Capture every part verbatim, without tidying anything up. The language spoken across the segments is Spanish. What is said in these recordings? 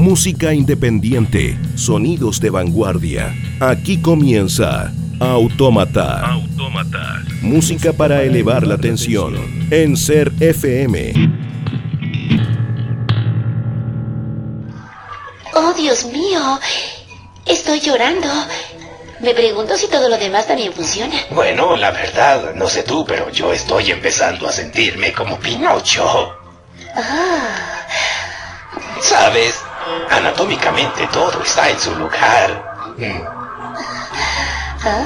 Música independiente, sonidos de vanguardia. Aquí comienza Autómata. Autómata. Música para elevar la tensión en Ser F M. Oh, Dios mío, estoy llorando. Me pregunto si todo lo demás también funciona. Bueno, la verdad, no sé tú, pero yo estoy empezando a sentirme como Pinocho. Ah. ¿Sabes? Anatómicamente todo está en su lugar. Mm. Ah.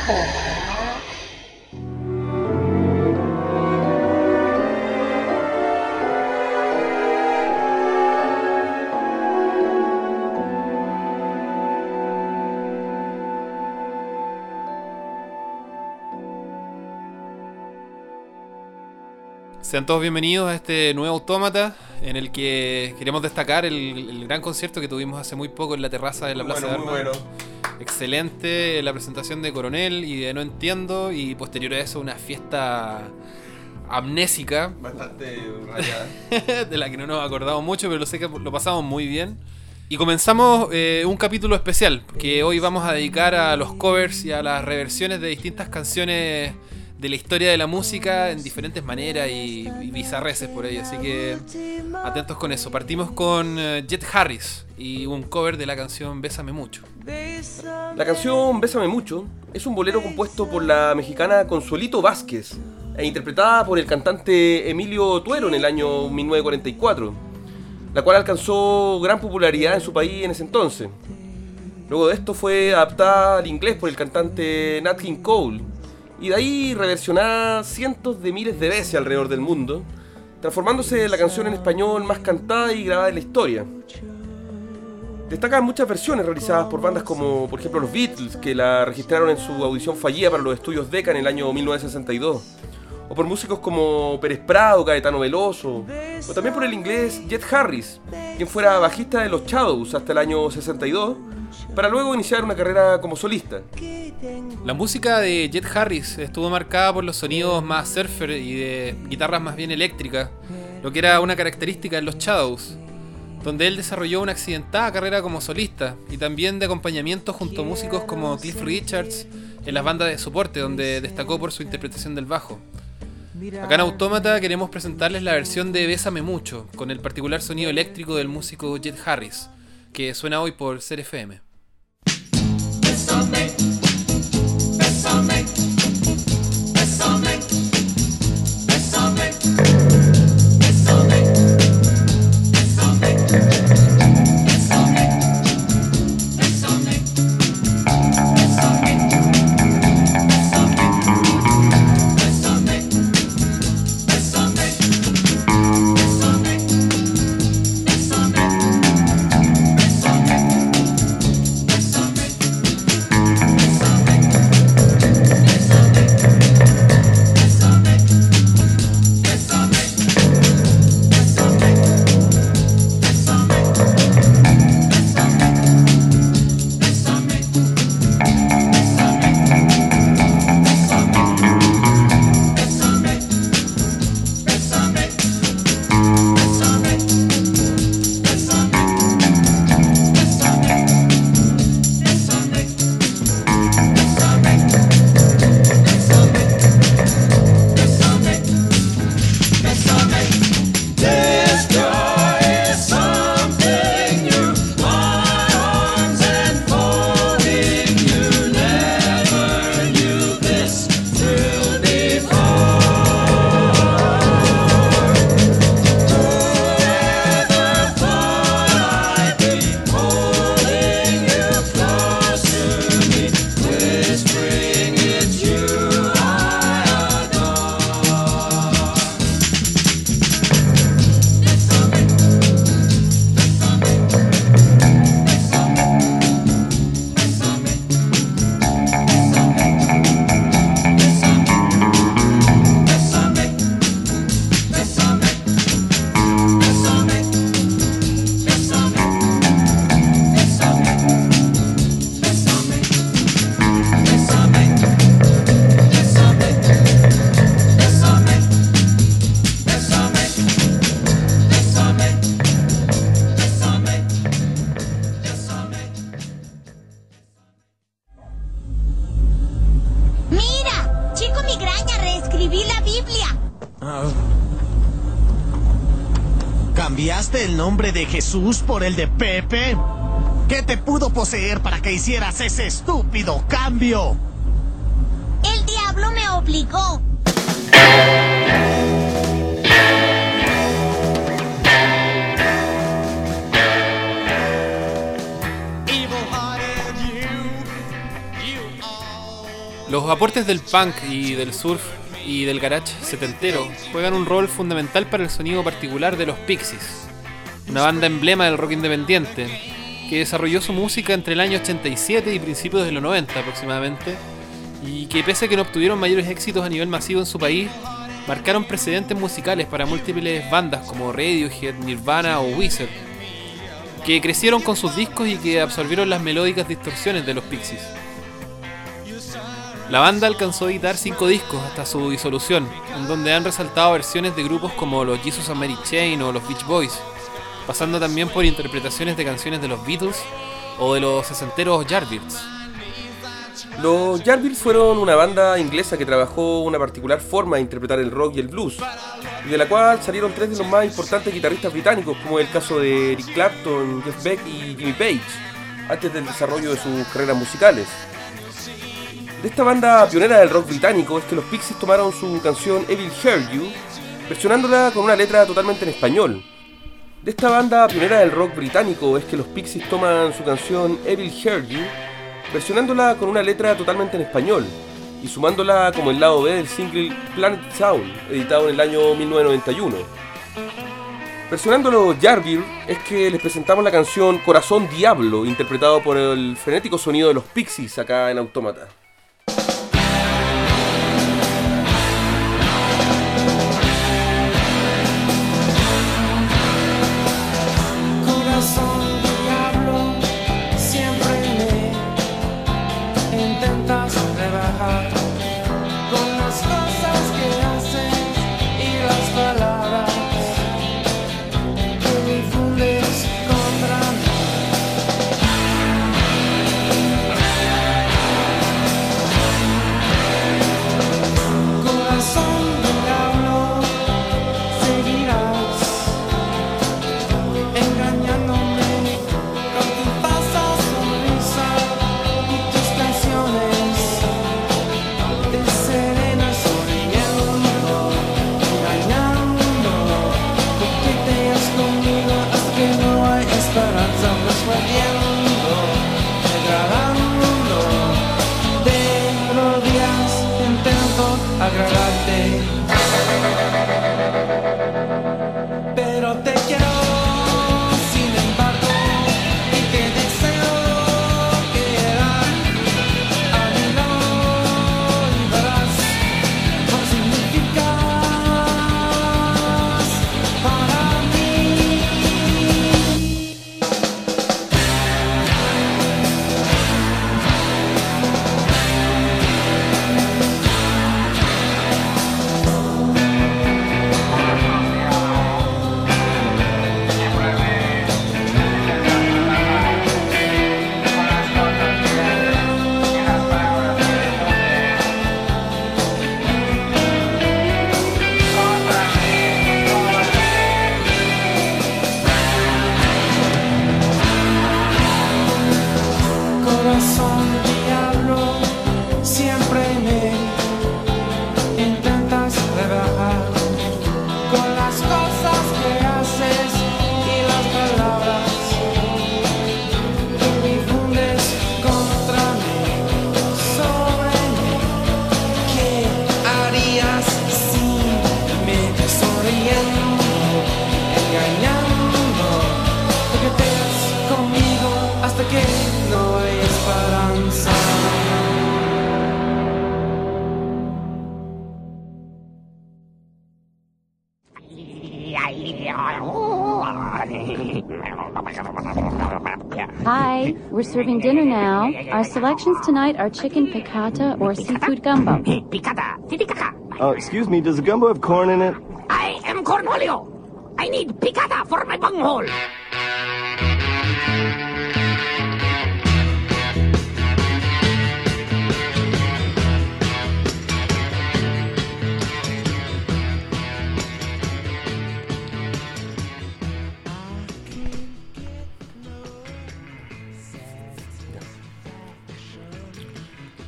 Sean todos bienvenidos a este nuevo Autómata, en el que queremos destacar el, el gran concierto que tuvimos hace muy poco en la terraza de la Plaza de Armas. Muy bueno. Excelente la presentación de Coronel y de No Entiendo, y posterior a eso una fiesta amnésica. Bastante rayada. De la que no nos acordamos mucho, pero lo sé que lo pasamos muy bien. Y comenzamos eh, un capítulo especial, que hoy vamos a dedicar a los covers y a las reversiones de distintas canciones de la historia de la música en diferentes maneras y, y bizarreces por ahí, así que atentos con eso. Partimos con uh, Jet Harris y un cover de la canción Bésame Mucho. La canción Bésame Mucho es un bolero compuesto por la mexicana Consuelito Vázquez e interpretada por el cantante Emilio Tuero en el año mil novecientos cuarenta y cuatro, la cual alcanzó gran popularidad en su país en ese entonces. Luego de esto fue adaptada al inglés por el cantante Nat King Cole, y de ahí reversionada cientos de miles de veces alrededor del mundo, transformándose en la canción en español más cantada y grabada en la historia. Destacan muchas versiones realizadas por bandas como, por ejemplo, los Beatles, que la registraron en su audición fallida para los estudios Decca en el año mil novecientos sesenta y dos, o por músicos como Pérez Prado, Caetano Veloso, o también por el inglés Jet Harris, quien fuera bajista de los Shadows hasta el año sesenta y dos, para luego iniciar una carrera como solista. La música de Jet Harris estuvo marcada por los sonidos más surfer y de guitarras más bien eléctricas, lo que era una característica de los Shadows, donde él desarrolló una accidentada carrera como solista y también de acompañamiento junto a músicos como Cliff Richards en las bandas de soporte, donde destacó por su interpretación del bajo. Acá en Autómata queremos presentarles la versión de Bésame Mucho, con el particular sonido eléctrico del músico Jet Harris, que suena hoy por Ser F M. Bésame, bésame, bésame, bésame, bésame, bésame, bésame, bésame, bésame, bésame, bésame. escribí la Biblia. Ah. ¿Cambiaste el nombre de Jesús por el de Pepe? ¿Qué te pudo poseer para que hicieras ese estúpido cambio? El diablo me obligó. Los aportes del punk y del surf y del garage setentero juegan un rol fundamental para el sonido particular de los Pixies, una banda emblema del rock independiente que desarrolló su música entre el año ochenta y siete y principios de los noventa aproximadamente, y que pese a que no obtuvieron mayores éxitos a nivel masivo en su país, marcaron precedentes musicales para múltiples bandas como Radiohead, Nirvana o Weezer, que crecieron con sus discos y que absorbieron las melódicas distorsiones de los Pixies. La banda alcanzó a editar cinco discos hasta su disolución, en donde han resaltado versiones de grupos como los Jesus and Mary Chain o los Beach Boys, pasando también por interpretaciones de canciones de los Beatles o de los sesenteros Yardbirds. Los Yardbirds fueron una banda inglesa que trabajó una particular forma de interpretar el rock y el blues, y de la cual salieron tres de los más importantes guitarristas británicos, como el caso de Eric Clapton, Jeff Beck y Jimmy Page, antes del desarrollo de sus carreras musicales. De esta banda pionera del rock británico es que los Pixies tomaron su canción Evil Heard You, versionándola con una letra totalmente en español. De esta banda pionera del rock británico es que los Pixies toman su canción Evil Heard You, versionándola con una letra totalmente en español y sumándola como el lado B del single Planet Sound, editado en el año mil novecientos noventa y uno. Versionando los Yardbirds es que les presentamos la canción Corazón Diablo, interpretado por el frenético sonido de los Pixies acá en Autómata. Hi, we're serving dinner now. Our selections tonight are chicken piccata or seafood gumbo. Piccata, titicaca. Oh, excuse me, does the gumbo have corn in it? I am Cornholio. I need piccata for my bunghole.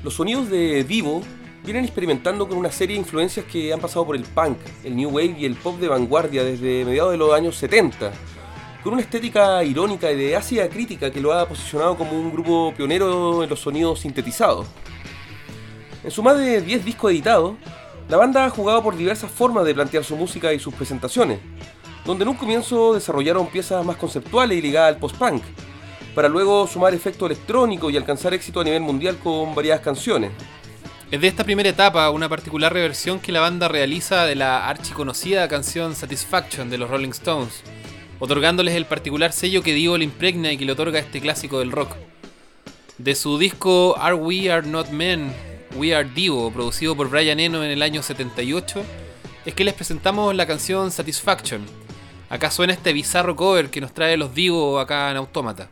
Los sonidos de Divo vienen experimentando con una serie de influencias que han pasado por el punk, el new wave y el pop de vanguardia desde mediados de los años setenta, con una estética irónica y de ácida crítica que lo ha posicionado como un grupo pionero en los sonidos sintetizados. En su más de diez discos editados, la banda ha jugado por diversas formas de plantear su música y sus presentaciones, donde en un comienzo desarrollaron piezas más conceptuales y ligadas al post-punk, para luego sumar efecto electrónico y alcanzar éxito a nivel mundial con variadas canciones. Es de esta primera etapa una particular reversión que la banda realiza de la archiconocida canción Satisfaction de los Rolling Stones, otorgándoles el particular sello que Dio le impregna y que le otorga este clásico del rock. De su disco Are We Are Not Men, We Are Dio, producido por Brian Eno en el año setenta y ocho, es que les presentamos la canción Satisfaction. Acá suena este bizarro cover que nos trae los Dio acá en Autómata.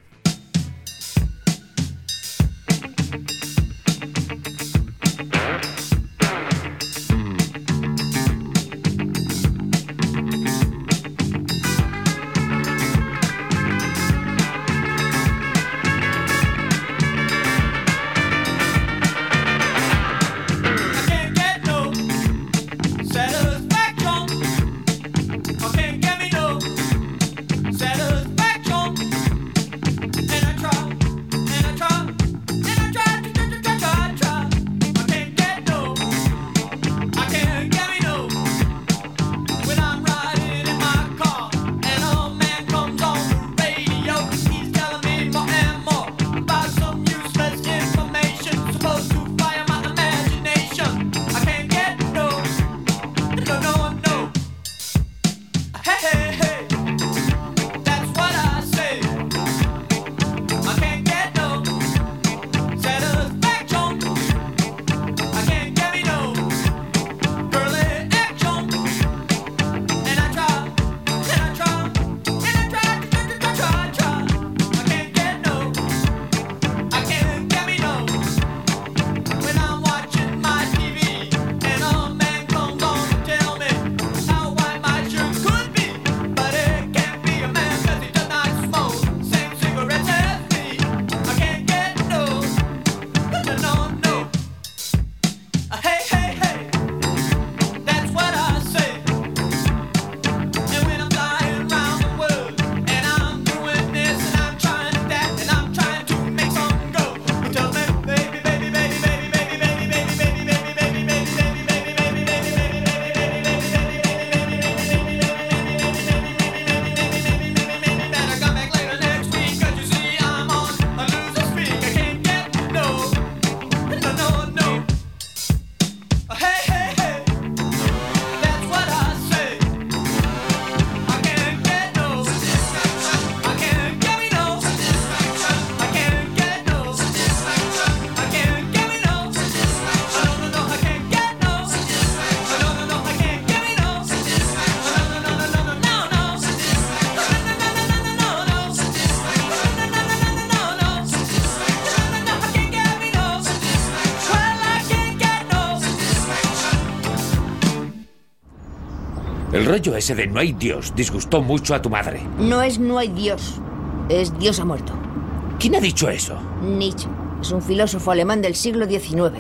El rollo ese de no hay Dios disgustó mucho a tu madre. No es no hay Dios, es Dios ha muerto. ¿Quién ha dicho eso? Nietzsche. Es un filósofo alemán del siglo diecinueve.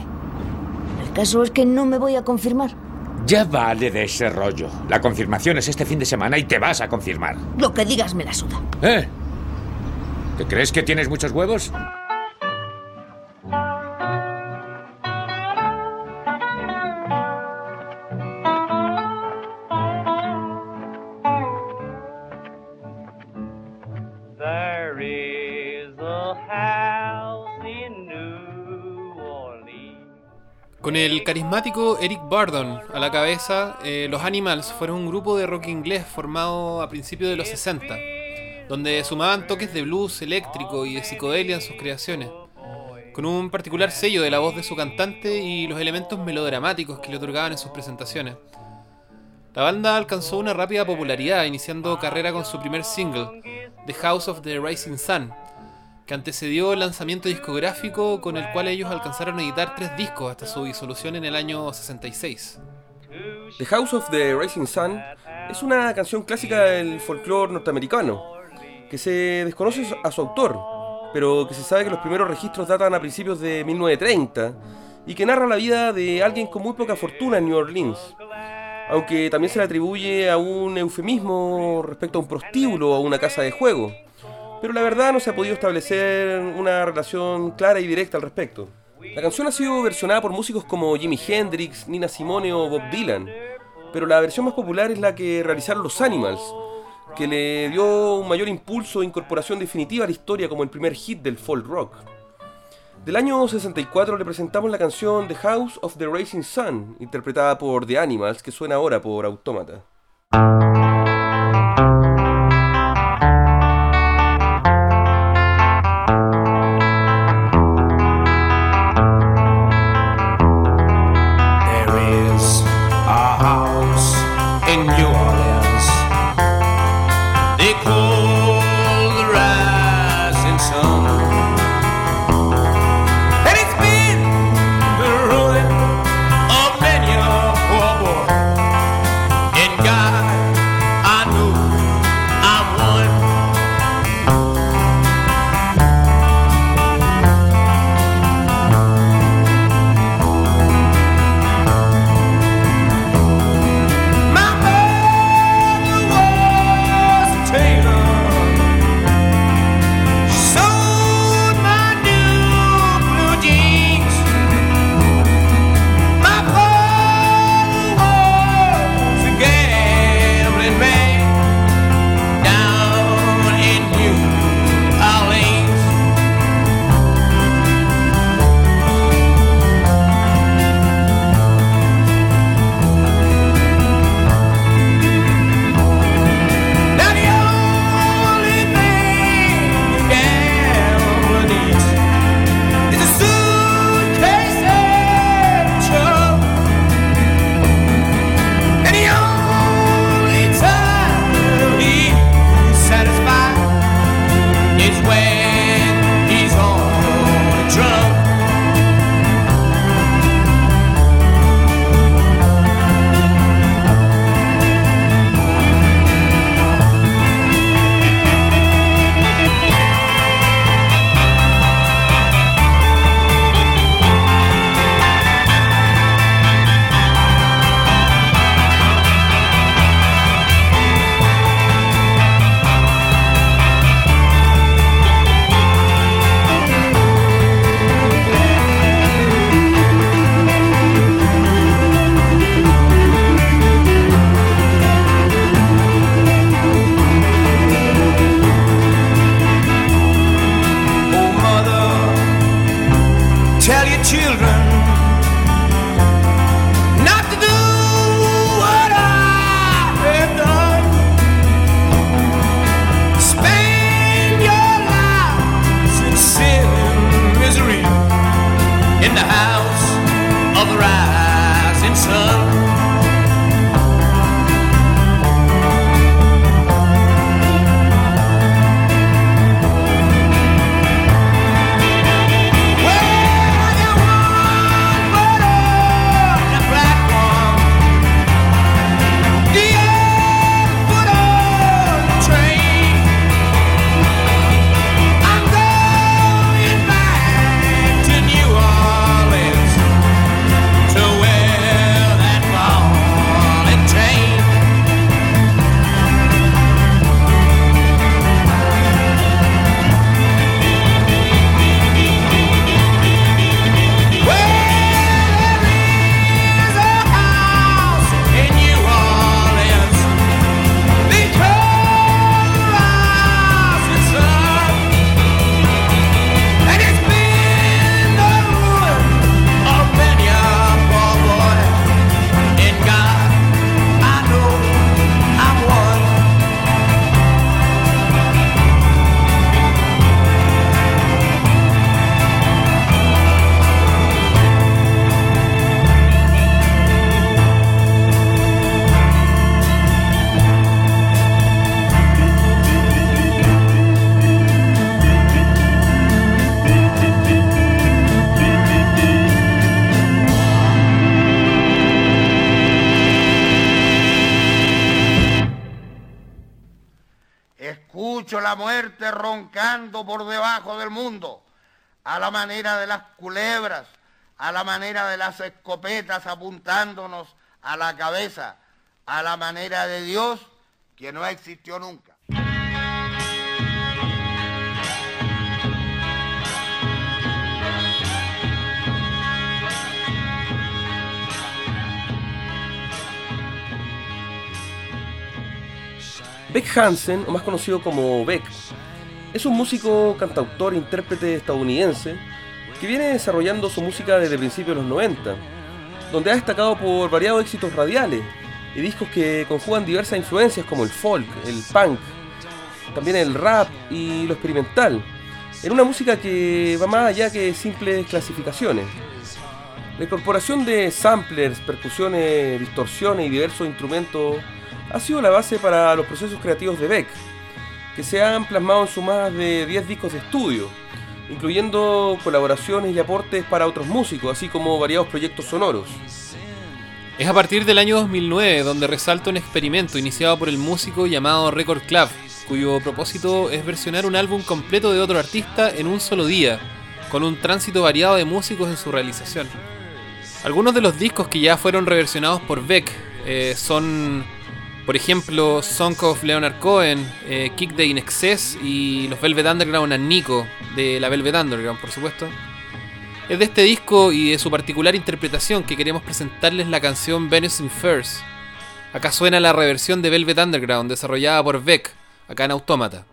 El caso es que no me voy a confirmar. Ya vale de ese rollo. La confirmación es este fin de semana y te vas a confirmar. Lo que digas me la suda. ¿Eh? ¿Te crees que tienes muchos huevos? Con el carismático Eric Burdon a la cabeza, eh, los Animals fueron un grupo de rock inglés formado a principios de los sesenta, donde sumaban toques de blues eléctrico y de psicodelia en sus creaciones, con un particular sello de la voz de su cantante y los elementos melodramáticos que le otorgaban en sus presentaciones. La banda alcanzó una rápida popularidad, iniciando carrera con su primer single, The House of the Rising Sun, que antecedió el lanzamiento discográfico con el cual ellos alcanzaron a editar tres discos hasta su disolución en el año sesenta y seis. The House of the Rising Sun es una canción clásica del folclore norteamericano, que se desconoce a su autor, pero que se sabe que los primeros registros datan a principios de mil novecientos treinta y que narra la vida de alguien con muy poca fortuna en New Orleans, aunque también se le atribuye a un eufemismo respecto a un prostíbulo o a una casa de juego, pero la verdad no se ha podido establecer una relación clara y directa al respecto. La canción ha sido versionada por músicos como Jimi Hendrix, Nina Simone o Bob Dylan, pero la versión más popular es la que realizaron los Animals, que le dio un mayor impulso e incorporación definitiva a la historia como el primer hit del folk rock. Del año sesenta y cuatro le presentamos la canción The House of the Rising Sun, interpretada por The Animals, que suena ahora por Autómata. In New Orleans, they call the rising sun, and it's been the ruin of many a poor boy. In God, I know I'm one. Escucho la muerte roncando por debajo del mundo, a la manera de las culebras, a la manera de las escopetas apuntándonos a la cabeza, a la manera de Dios, que no existió nunca. Beck Hansen, o más conocido como Beck, es un músico, cantautor e intérprete estadounidense que viene desarrollando su música desde principios de los noventa, donde ha destacado por variados éxitos radiales y discos que conjugan diversas influencias como el folk, el punk, también el rap y lo experimental, en una música que va más allá que simples clasificaciones. La incorporación de samplers, percusiones, distorsiones y diversos instrumentos ha sido la base para los procesos creativos de Beck, que se han plasmado en sus más de diez discos de estudio, incluyendo colaboraciones y aportes para otros músicos, así como variados proyectos sonoros. Es a partir del año dos mil nueve donde resalta un experimento iniciado por el músico llamado Record Club, cuyo propósito es versionar un álbum completo de otro artista en un solo día, con un tránsito variado de músicos en su realización. Algunos de los discos que ya fueron reversionados por Beck eh, son, por ejemplo, Song of Leonard Cohen, eh, Kick the In Excess y los Velvet Underground and Nico, de la Velvet Underground, por supuesto. Es de este disco y de su particular interpretación que queremos presentarles la canción Venus in Furs. Acá suena la reversión de Velvet Underground desarrollada por Beck, acá en Autómata.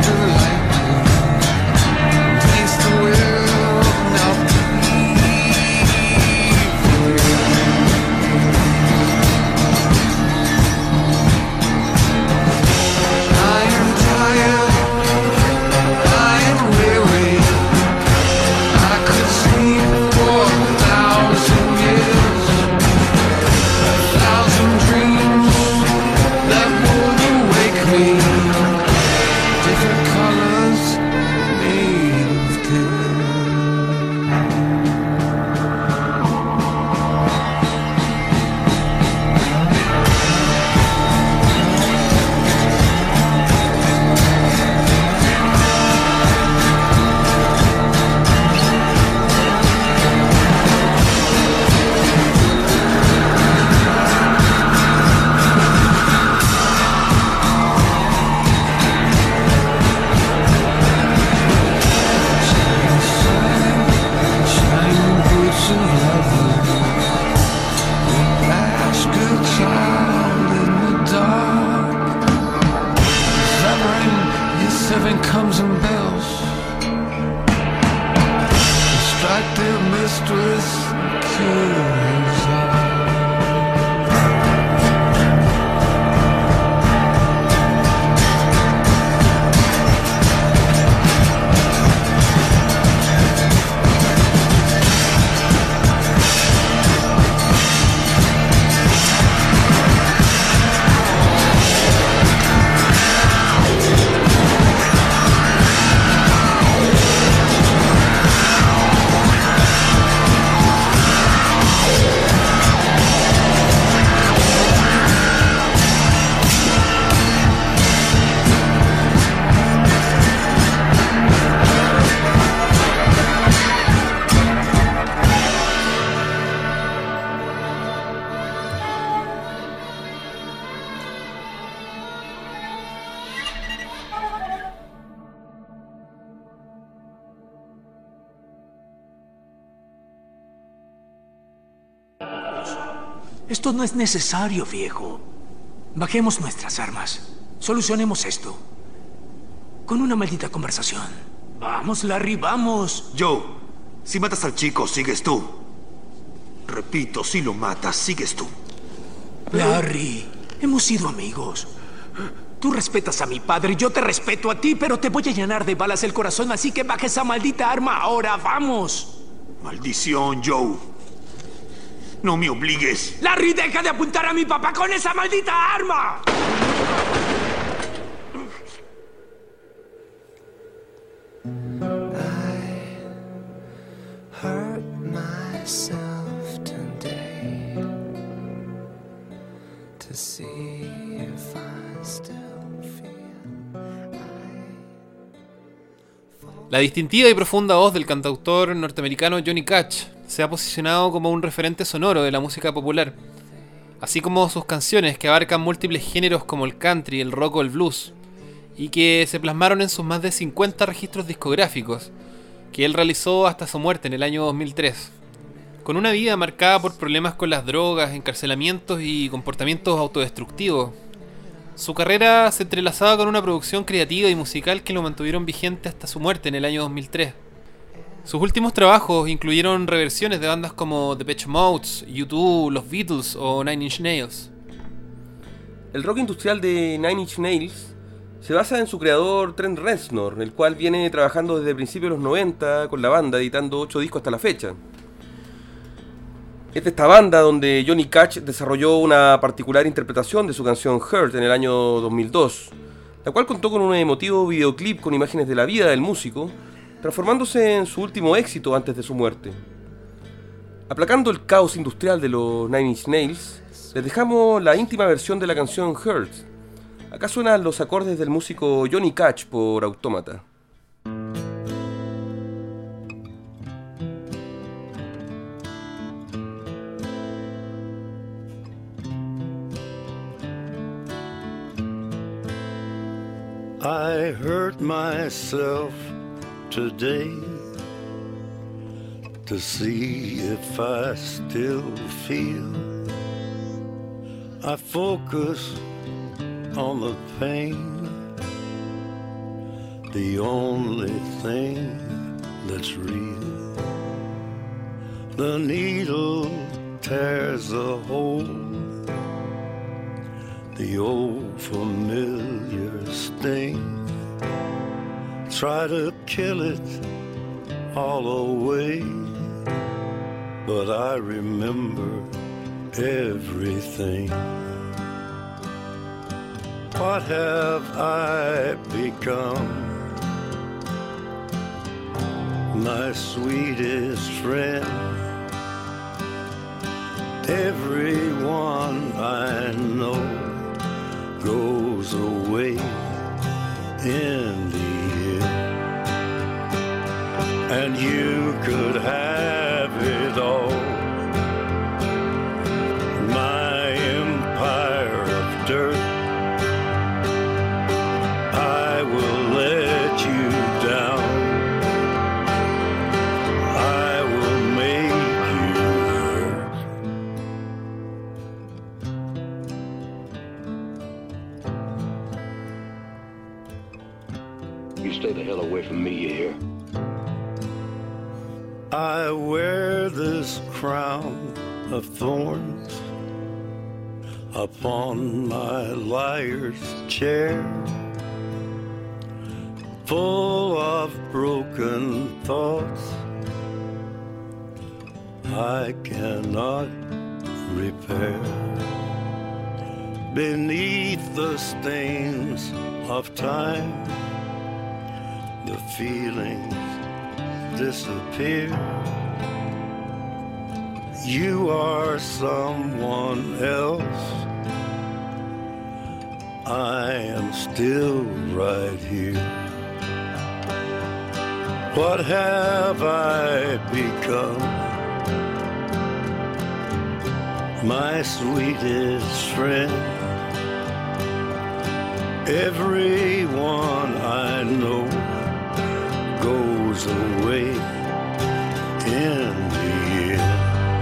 Taste the will, now please. their mistress kills all. Esto no es necesario, viejo. Bajemos nuestras armas. Solucionemos esto. Con una maldita conversación. Vamos, Larry, vamos. Joe, si matas al chico, sigues tú. Repito, si lo matas, sigues tú. Larry, hemos sido amigos. Tú respetas a mi padre, yo te respeto a ti, pero te voy a llenar de balas el corazón, así que baja esa maldita arma ahora, vamos. Maldición, Joe. No me obligues. Larry, deja de apuntar a mi papá con esa maldita arma. I hurt myself today to see if I still feel La distintiva y profunda voz del cantautor norteamericano Johnny Cash se ha posicionado como un referente sonoro de la música popular, así como sus canciones que abarcan múltiples géneros como el country, el rock o el blues, y que se plasmaron en sus más de cincuenta registros discográficos, que él realizó hasta su muerte en el año dos mil tres. Con una vida marcada por problemas con las drogas, encarcelamientos y comportamientos autodestructivos, su carrera se entrelazaba con una producción creativa y musical que lo mantuvieron vigente hasta su muerte en el año dos mil tres. Sus últimos trabajos incluyeron reversiones de bandas como Depeche Mode, U dos, los Beatles o Nine Inch Nails. El rock industrial de Nine Inch Nails se basa en su creador Trent Reznor, el cual viene trabajando desde principios de los noventa con la banda, editando ocho discos hasta la fecha. Es de esta banda donde Johnny Cash desarrolló una particular interpretación de su canción Hurt en el año dos mil dos, la cual contó con un emotivo videoclip con imágenes de la vida del músico, transformándose en su último éxito antes de su muerte. Aplacando el caos industrial de los Nine Inch Nails, les dejamos la íntima versión de la canción Hurt. Acá suenan los acordes del músico Johnny Cash por Autómata. I hurt myself today to see if I still feel. I focus on the pain, the only thing that's real. The needle tears a hole, the old familiar sting. Try to kill it all away, but I remember everything. What have I become? My sweetest friend. Everyone I know goes away in the end, and you could have it all. My empire of dirt, I will let you down. I will make you hurt. You stay the hell away from me, you hear? I wear this crown of thorns upon my liar's chair, full of broken thoughts I cannot repair. Beneath the stains of time, the feelings disappear. You are someone else. I am still right here. What have I become? My sweetest friend. Everyone I know goes away in the end.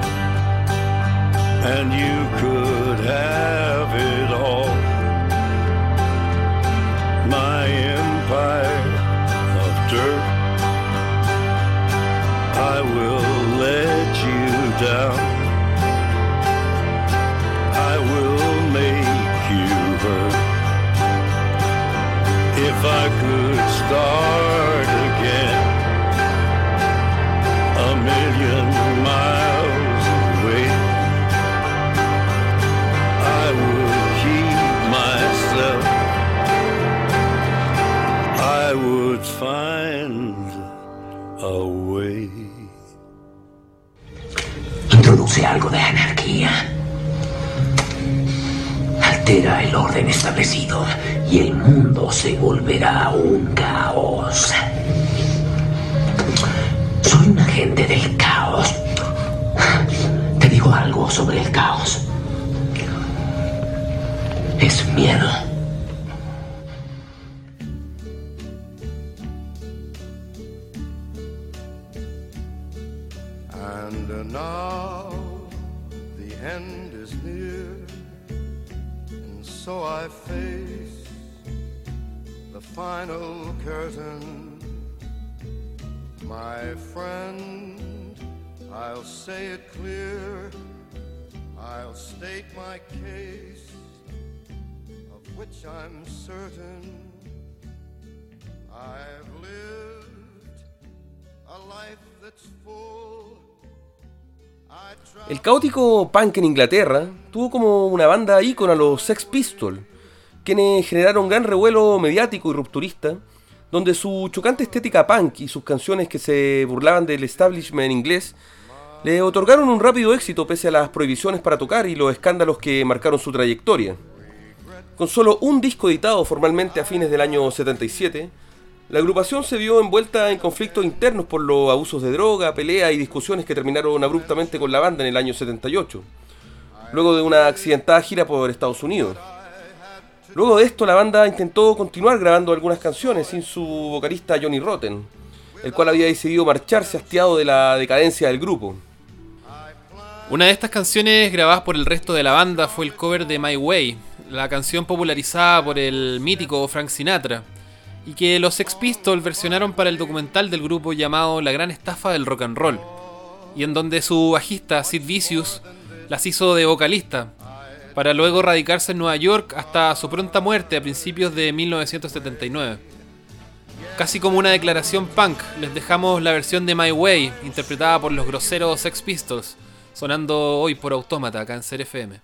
And you could have it all. My empire of dirt, I will let you down. I will make you hurt. If I could start again, a million miles away, I would keep myself. I would find a way. Introduce algo de anarquía. Altera el orden establecido y el mundo se volverá un caos. Soy un agente del caos. Te digo algo sobre el caos. Es miedo. And now the end is near, and so I face the final curtain. My friend, I'll say it clear, I'll state my case, of which I'm certain. I've lived a life that's full. El caótico punk en Inglaterra tuvo como una banda ícono a los Sex Pistols, quienes generaron gran revuelo mediático y rupturista, donde su chocante estética punk y sus canciones que se burlaban del establishment inglés le otorgaron un rápido éxito pese a las prohibiciones para tocar y los escándalos que marcaron su trayectoria. Con solo un disco editado formalmente a fines del año setenta y siete, la agrupación se vio envuelta en conflictos internos por los abusos de droga, peleas y discusiones que terminaron abruptamente con la banda en el año setenta y ocho, luego de una accidentada gira por Estados Unidos. Luego de esto, la banda intentó continuar grabando algunas canciones sin su vocalista Johnny Rotten, el cual había decidido marcharse hastiado de la decadencia del grupo. Una de estas canciones grabadas por el resto de la banda fue el cover de My Way, la canción popularizada por el mítico Frank Sinatra, y que los Sex Pistols versionaron para el documental del grupo llamado La Gran Estafa del Rock and Roll, y en donde su bajista Sid Vicious las hizo de vocalista, para luego radicarse en Nueva York hasta su pronta muerte a principios de mil novecientos setenta y nueve. Casi como una declaración punk, les dejamos la versión de My Way, interpretada por los groseros Sex Pistols, sonando hoy por Autómata, acá en Ser F M.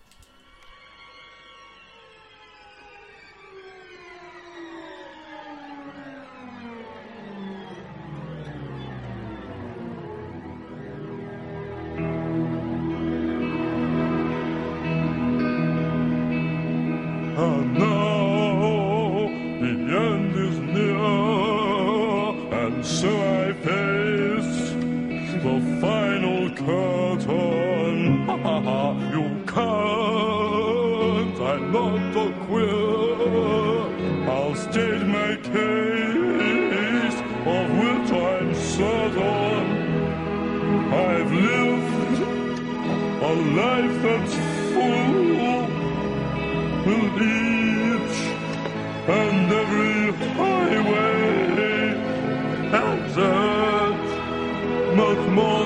And now the end is near, and so I face the final curtain. You can't, I'm not a queer. I'll state my case, of which I'm certain. I've lived a life that's full, with each and every highway exit, much more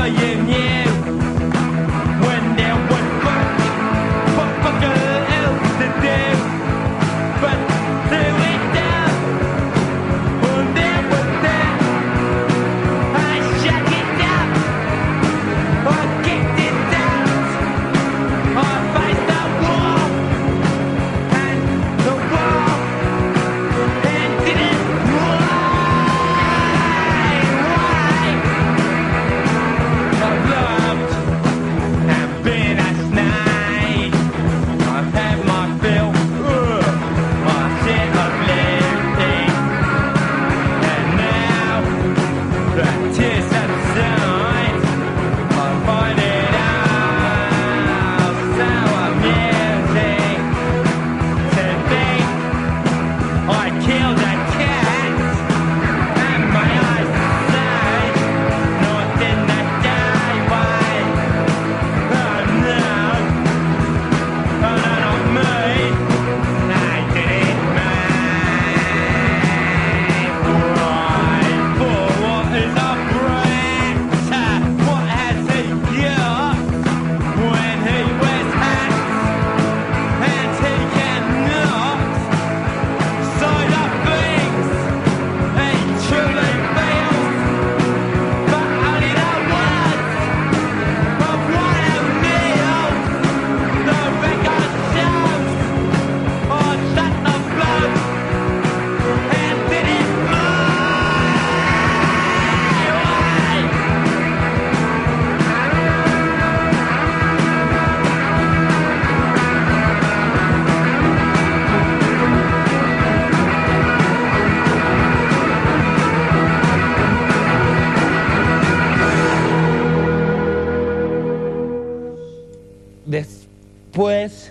Después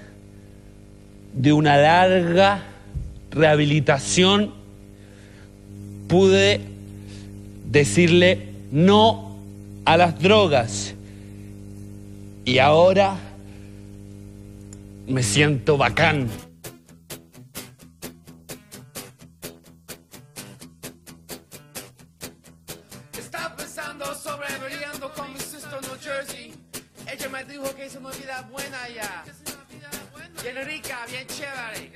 de una larga rehabilitación, pude decirle no a las drogas. Y ahora me siento bacán. Estaba pensando sobre peleando con mi sister en New Jersey. Ella me dijo que es una vida buena allá. Bien rica, bien chévere.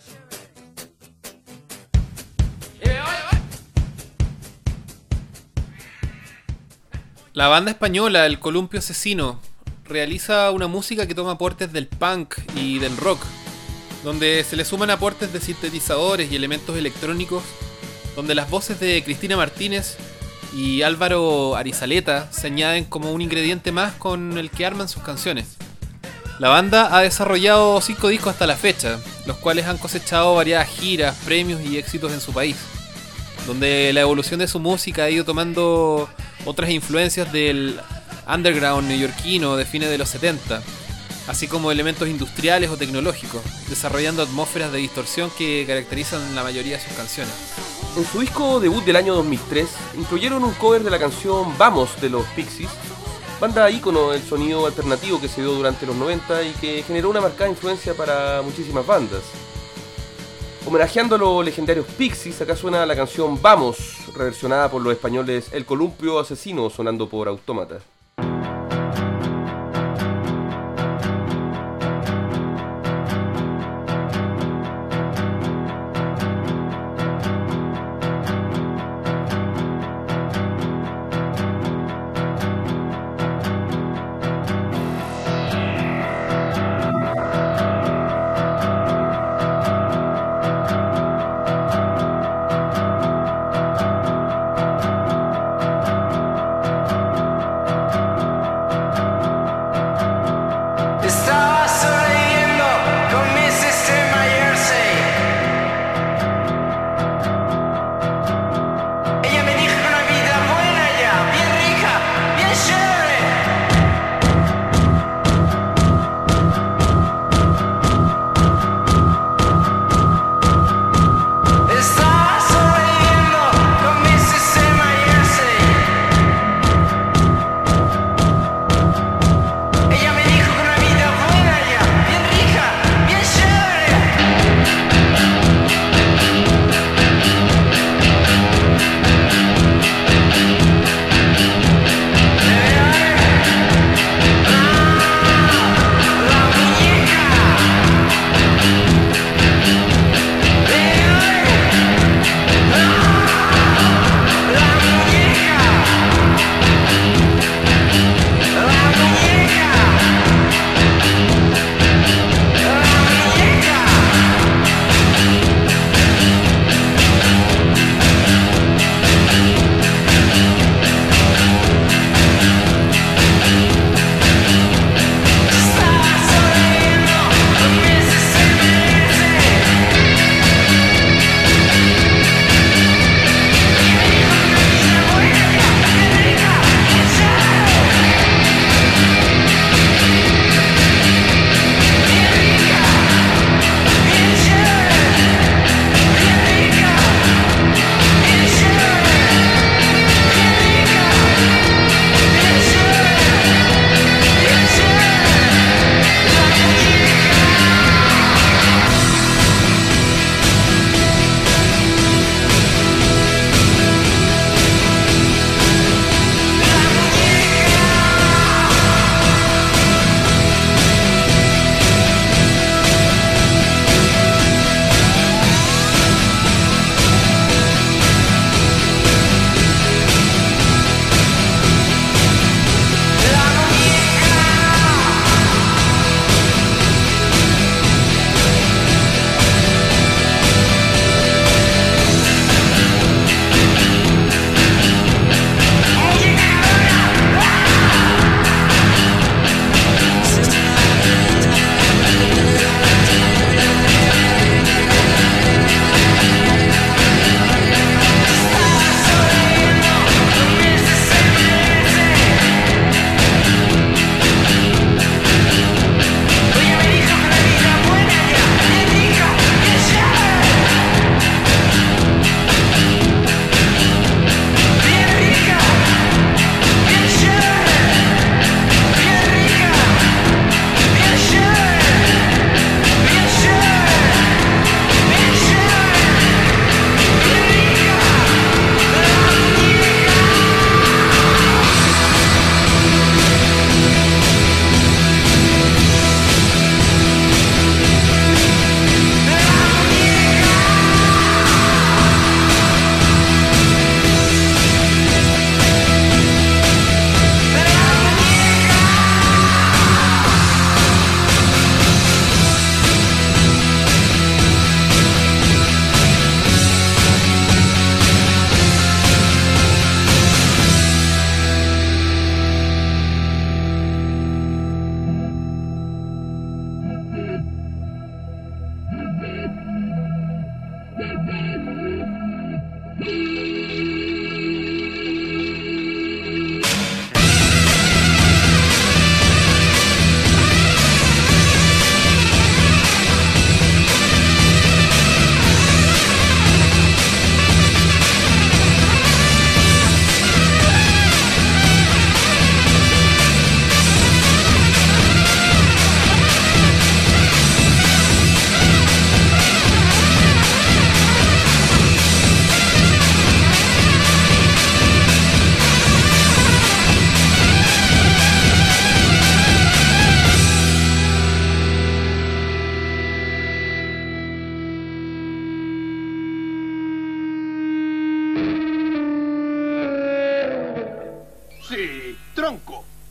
La banda española El Columpio Asesino realiza una música que toma aportes del punk y del rock, donde se le suman aportes de sintetizadores y elementos electrónicos, donde las voces de Cristina Martínez y Álvaro Arizaleta se añaden como un ingrediente más con el que arman sus canciones. La banda ha desarrollado cinco discos hasta la fecha, los cuales han cosechado variadas giras, premios y éxitos en su país, donde la evolución de su música ha ido tomando otras influencias del underground neoyorquino de fines de los setenta, así como elementos industriales o tecnológicos, desarrollando atmósferas de distorsión que caracterizan la mayoría de sus canciones. En su disco debut del año dos mil tres, incluyeron un cover de la canción Vamos de los Pixies, banda ícono del sonido alternativo que se dio durante los noventa y que generó una marcada influencia para muchísimas bandas. Homenajeando a los legendarios Pixies, acá suena la canción Vamos, reversionada por los españoles El Columpio Asesino, sonando por Autómata.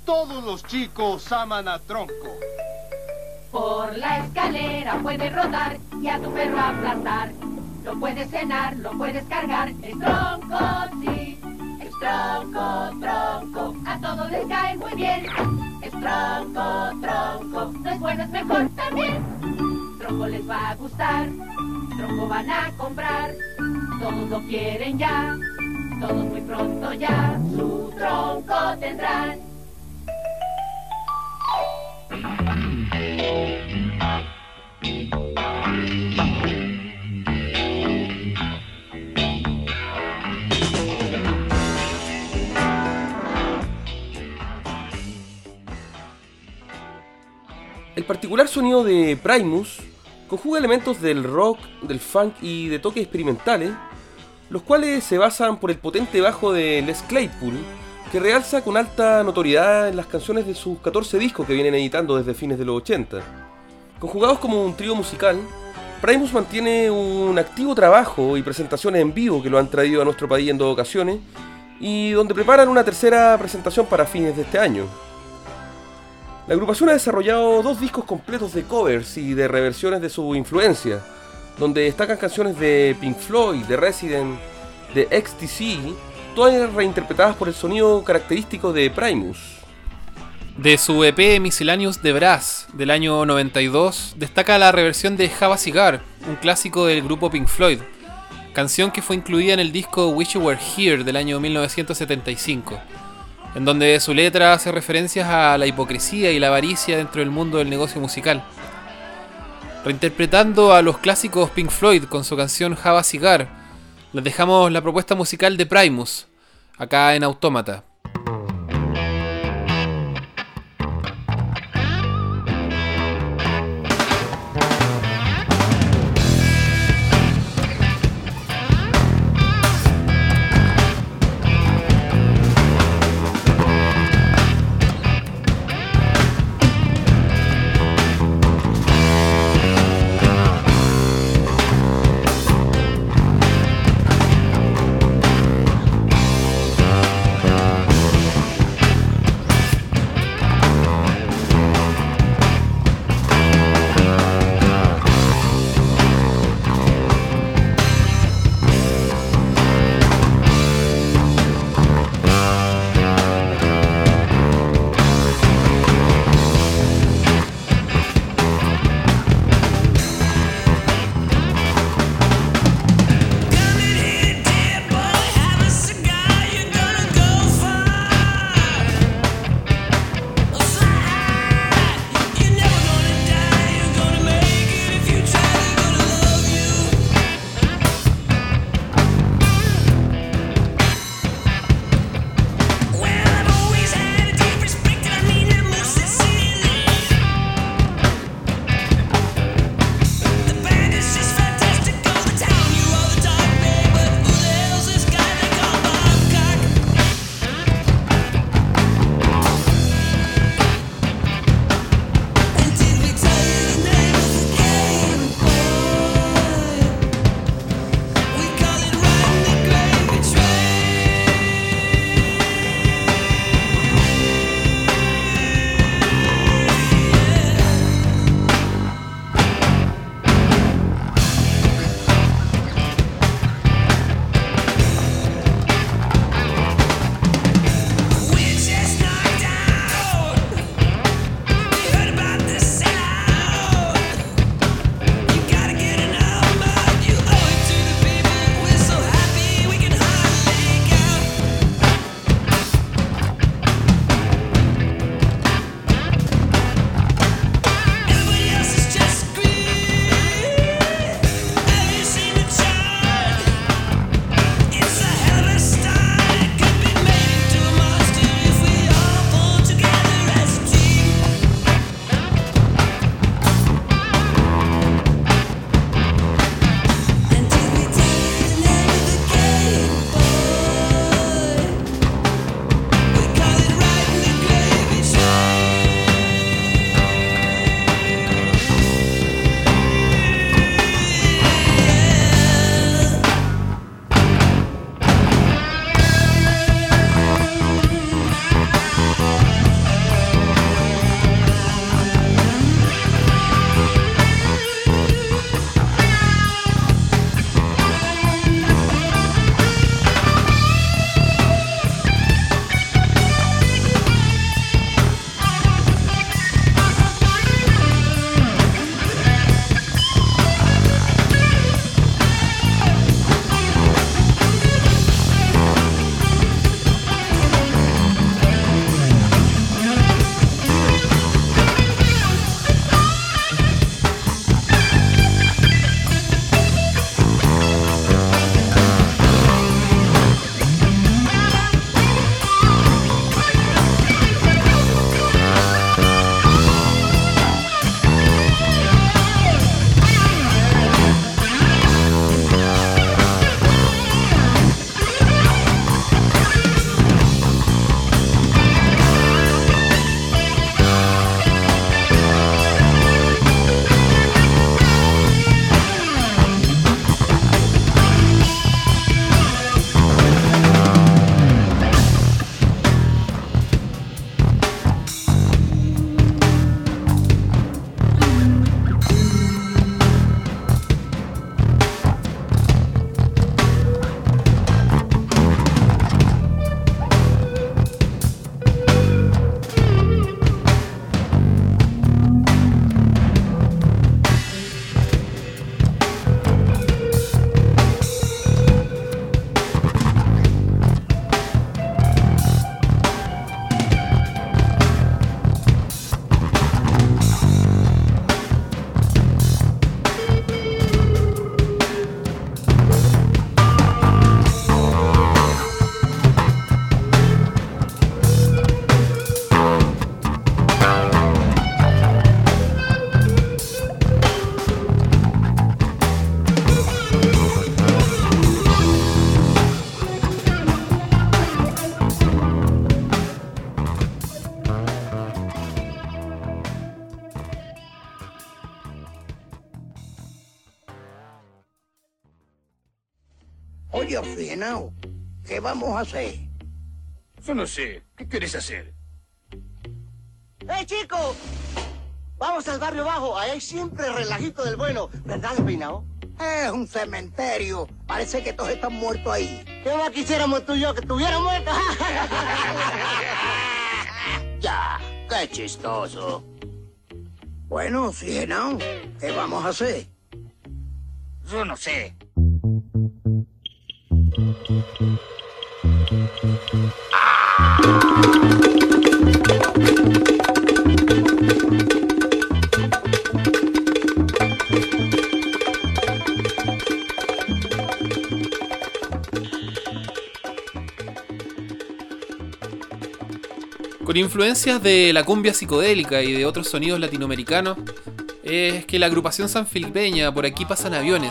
todos los chicos aman a Tronco. Por la escalera puedes rodar y a tu perro aplastar. Lo puedes cenar, lo puedes cargar. Es Tronco, sí. Es Tronco, Tronco. A todos les cae muy bien. Es Tronco, Tronco. No es bueno, es mejor también. Tronco les va a gustar. Tronco van a comprar. Todos lo quieren ya. Todos muy pronto ya su Tronco tendrán. El particular sonido de Primus conjuga elementos del rock, del funk y de toques experimentales, los cuales se basan por el potente bajo de Les Claypool, que realza con alta notoriedad en las canciones de sus catorce discos que vienen editando desde fines de los ochenta. Conjugados como un trío musical, Primus mantiene un activo trabajo y presentaciones en vivo que lo han traído a nuestro país en dos ocasiones, y donde preparan una tercera presentación para fines de este año. La agrupación ha desarrollado dos discos completos de covers y de reversiones de su influencia, donde destacan canciones de Pink Floyd, de Resident, de X T C, todas reinterpretadas por el sonido característico de Primus. De su E P Miscellaneous de Brass del año noventa y dos, destaca la reversión de Have a Cigar, un clásico del grupo Pink Floyd, canción que fue incluida en el disco Wish You Were Here del año mil novecientos setenta y cinco, en donde su letra hace referencias a la hipocresía y la avaricia dentro del mundo del negocio musical. Reinterpretando a los clásicos Pink Floyd con su canción Have a Cigar, les dejamos la propuesta musical de Primus, acá en Autómata. Thank you. Oye, Oxigenado, ¿qué vamos a hacer? Yo no sé. ¿Qué quieres hacer? ¡Eh, chicos! Vamos al barrio bajo, ahí hay siempre relajito del bueno. ¿Verdad, Despeinado? Es un cementerio. Parece que todos están muertos ahí. ¿Qué más quisiéramos tú y yo que estuvieran muertos? Ya, qué chistoso. Bueno, Oxigenado, ¿qué vamos a hacer? Yo no sé. Con influencias de la cumbia psicodélica y de otros sonidos latinoamericanos, es que la agrupación sanfilipeña Por aquí pasan aviones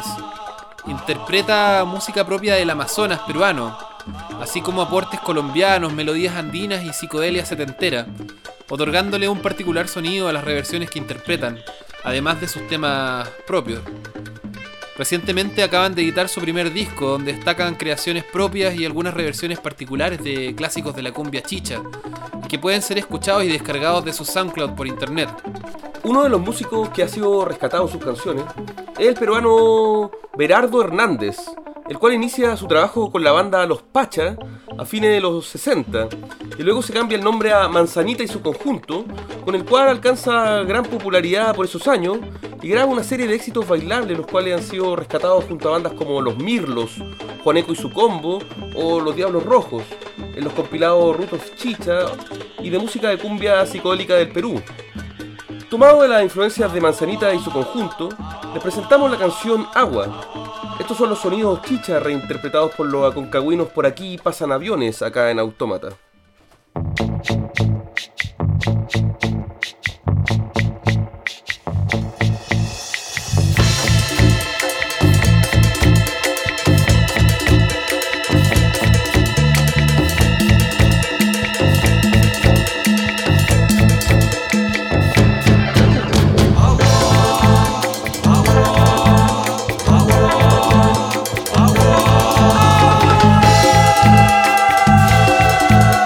interpreta música propia del Amazonas peruano, así como aportes colombianos, melodías andinas y psicodelia setentera, otorgándole un particular sonido a las reversiones que interpretan, además de sus temas propios. Recientemente acaban de editar su primer disco, donde destacan creaciones propias y algunas reversiones particulares de clásicos de la cumbia chicha, que pueden ser escuchados y descargados de su SoundCloud por internet. Uno de los músicos que ha sido rescatado en sus canciones es el peruano Berardo Hernández, el cual inicia su trabajo con la banda Los Pacha a fines de los sesenta y luego se cambia el nombre a Manzanita y su conjunto, con el cual alcanza gran popularidad por esos años y graba una serie de éxitos bailables, los cuales han sido rescatados junto a bandas como Los Mirlos, Juaneco y su combo o Los Diablos Rojos, en los compilados Rutos Chicha y de música de cumbia psicodélica del Perú. Tomado de las influencias de Manzanita y su conjunto, les presentamos la canción Agua. Estos son los sonidos chicha reinterpretados por los aconcagüinos Por aquí pasan aviones acá en Autómata. Agua.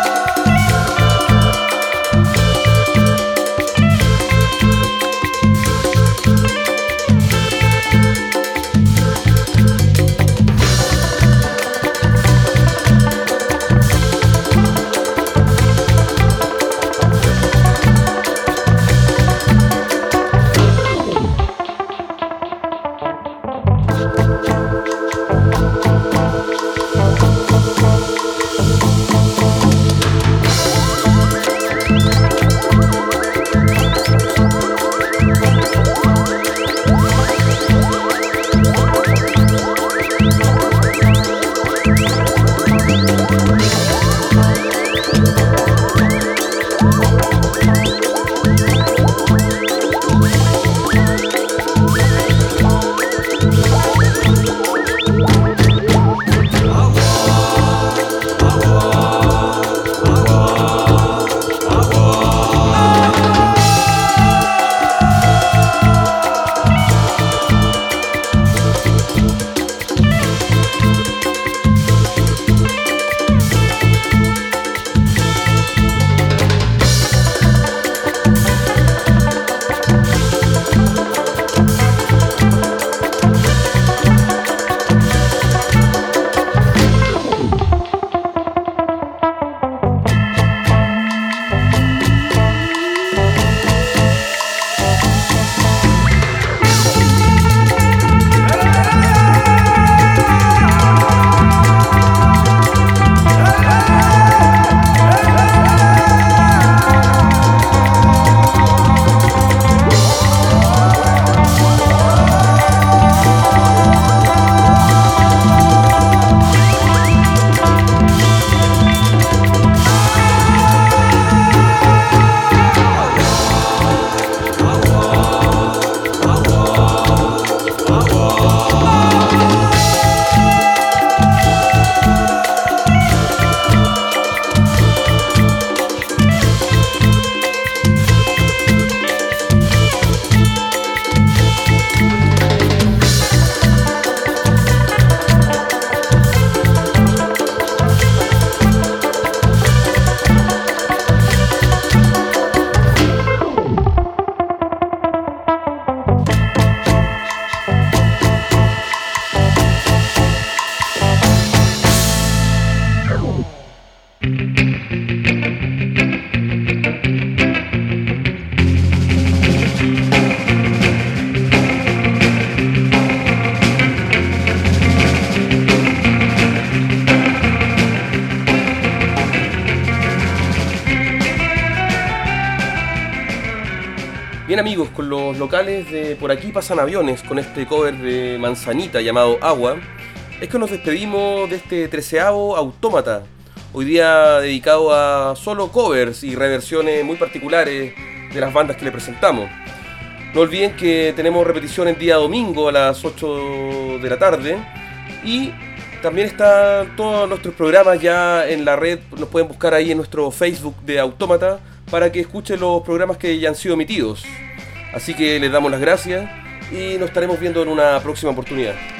Bien amigos, con los locales de Por Aquí Pasan Aviones, con este cover de Manzanita llamado Agua, es que nos despedimos de este treceavo Autómata, hoy día dedicado a solo covers y reversiones muy particulares de las bandas que le presentamos. No olviden que tenemos repetición el día domingo a las ocho de la tarde y también están todos nuestros programas ya en la red, nos pueden buscar ahí en nuestro Facebook de Autómata para que escuchen los programas que ya han sido emitidos. Así que les damos las gracias y nos estaremos viendo en una próxima oportunidad.